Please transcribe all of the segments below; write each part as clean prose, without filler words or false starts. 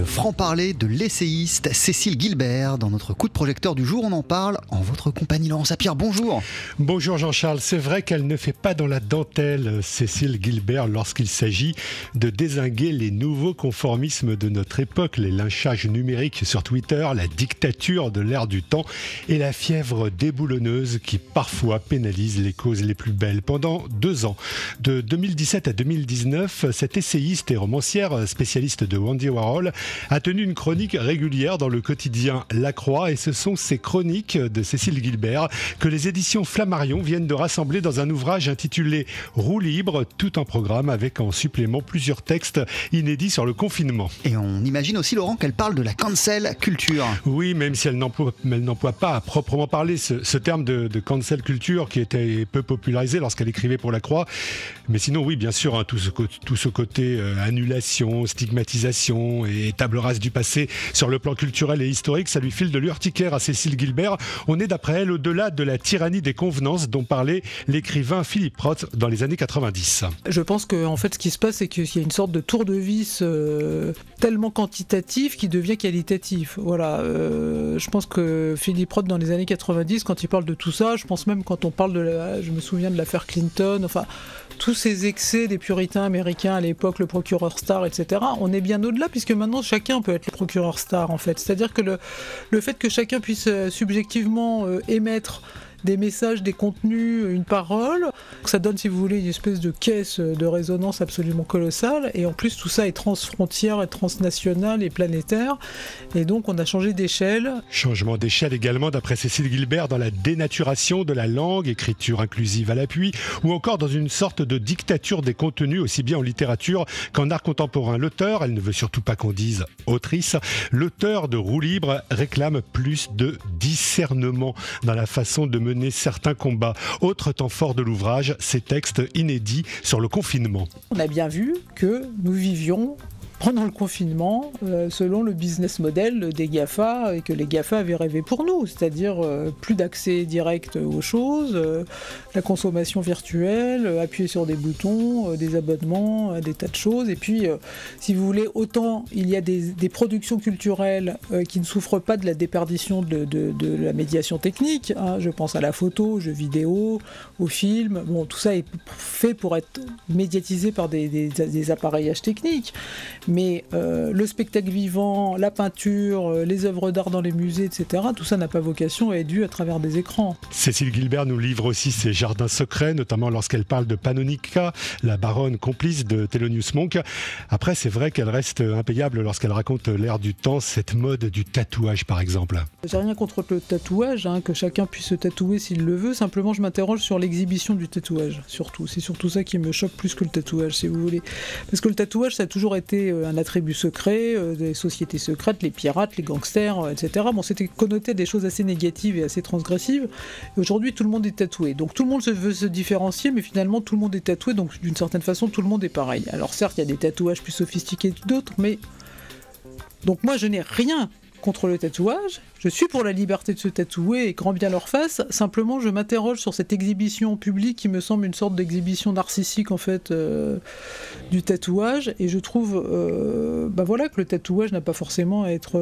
franc-parler de l'essayiste Cécile Guilbert. Dans notre coup de projecteur du jour, on en parle en votre compagnie. Laurent Sapir, bonjour. Bonjour Jean-Charles, c'est vrai qu'elle ne fait pas dans la dentelle, Cécile Guilbert, lorsqu'il s'agit de dézinguer les nouveaux conformismes de notre époque, les lynchages numériques sur Twitter, la dictature de l'ère du temps et la fièvre déboulonneuse qui parfois pénalise les causes les plus belles. Pendant 2 ans, de 2017 à 2019, cette essayiste et romancière spécialiste de Andy Warhol a tenu une chronique régulière dans le quotidien La Croix, et ce sont ces chroniques de Cécile Guilbert que les éditions Flammarion viennent de rassembler dans un ouvrage intitulé Roue libre, tout un programme avec en supplément plusieurs textes inédits sur le confinement. Et on imagine aussi, Laurent, qu'elle parle de la cancel culture. Oui, même si elle n'emploie pas à proprement parler ce terme de cancel culture qui était peu popularisé lorsqu'elle écrivait pour La Croix. Mais sinon, oui, bien sûr, tout ce côté annulation, stigmatisation et table rase du passé sur le plan culturel et historique, ça lui file de l'urticaire à Cécile Guilbert. On est d'après elle au-delà de la tyrannie des convenances dont parlait l'écrivain Philippe Roth dans les années 90. Je pense qu'en fait ce qui se passe, c'est qu'il y a une sorte de tour de vis tellement quantitatif qui devient qualitatif. Voilà, je pense que Philippe Roth dans les années 90, quand il parle de tout ça, je pense même quand on parle je me souviens de l'affaire Clinton, enfin tous ces excès des puritains américains à l'époque, le procureur Starr, etc. On est bien au-delà, puisque maintenant chacun peut être le procureur Starr en fait. C'est-à-dire que le fait que chacun puisse subjectivement émettre des messages, des contenus, une parole, ça donne, si vous voulez, une espèce de caisse de résonance absolument colossale, et en plus tout ça est transfrontière et transnational et planétaire, et donc on a changé d'échelle. Changement d'échelle également d'après Cécile Guilbert dans la dénaturation de la langue, écriture inclusive à l'appui, ou encore dans une sorte de dictature des contenus aussi bien en littérature qu'en art contemporain. L'auteur, elle ne veut surtout pas qu'on dise autrice, l'auteur de Roue libre réclame plus de discernement dans la façon de mener certains combats. Autre temps fort de l'ouvrage, ces textes inédits sur le confinement. On a bien vu que nous vivions pendant le confinement, selon le business model des GAFA et que les GAFA avaient rêvé pour nous, c'est-à-dire plus d'accès direct aux choses, la consommation virtuelle, appuyer sur des boutons, des abonnements, des tas de choses. Et puis, si vous voulez, autant il y a des productions culturelles qui ne souffrent pas de la déperdition de la médiation technique, hein, je pense à la photo, aux jeux vidéo, aux films, bon, tout ça est fait pour être médiatisé par des appareillages techniques. Mais le spectacle vivant, la peinture, les œuvres d'art dans les musées, etc., tout ça n'a pas vocation à être vu à travers des écrans. Cécile Guilbert nous livre aussi ses jardins secrets, notamment lorsqu'elle parle de Pannonica, la baronne complice de Thelonious Monk. Après, c'est vrai qu'elle reste impayable lorsqu'elle raconte l'ère du temps, cette mode du tatouage par exemple. J'ai rien contre le tatouage, hein, que chacun puisse se tatouer s'il le veut, simplement je m'interroge sur l'exhibition du tatouage, surtout. C'est surtout ça qui me choque plus que le tatouage, si vous voulez. Parce que le tatouage, ça a toujours été un attribut secret, des sociétés secrètes, les pirates, les gangsters, etc. Bon, c'était connoté à des choses assez négatives et assez transgressives. Et aujourd'hui, tout le monde est tatoué. Donc tout le monde veut se différencier, mais finalement, tout le monde est tatoué. Donc d'une certaine façon, tout le monde est pareil. Alors certes, il y a des tatouages plus sophistiqués que d'autres, mais... Donc moi, je n'ai rien contre le tatouage, je suis pour la liberté de se tatouer et grand bien leur fasse, simplement je m'interroge sur cette exhibition publique qui me semble une sorte d'exhibition narcissique en fait du tatouage, et je trouve que le tatouage n'a pas forcément à être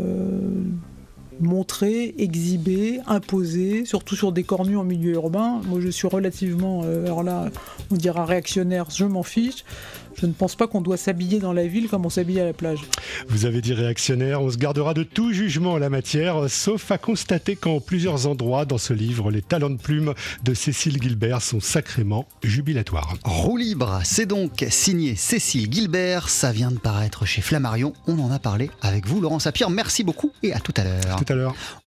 montré, exhibé, imposé, surtout sur des corps nus en milieu urbain. Moi je suis relativement, alors là on dira réactionnaire, je m'en fiche. Je ne pense pas qu'on doit s'habiller dans la ville comme on s'habille à la plage. Vous avez dit réactionnaire, on se gardera de tout jugement en la matière, sauf à constater qu'en plusieurs endroits dans ce livre, les talents de plume de Cécile Guilbert sont sacrément jubilatoires. Roue libre, c'est donc signé Cécile Guilbert, ça vient de paraître chez Flammarion, on en a parlé avec vous Laurent Sapir, merci beaucoup et à tout à l'heure. À tout à l'heure.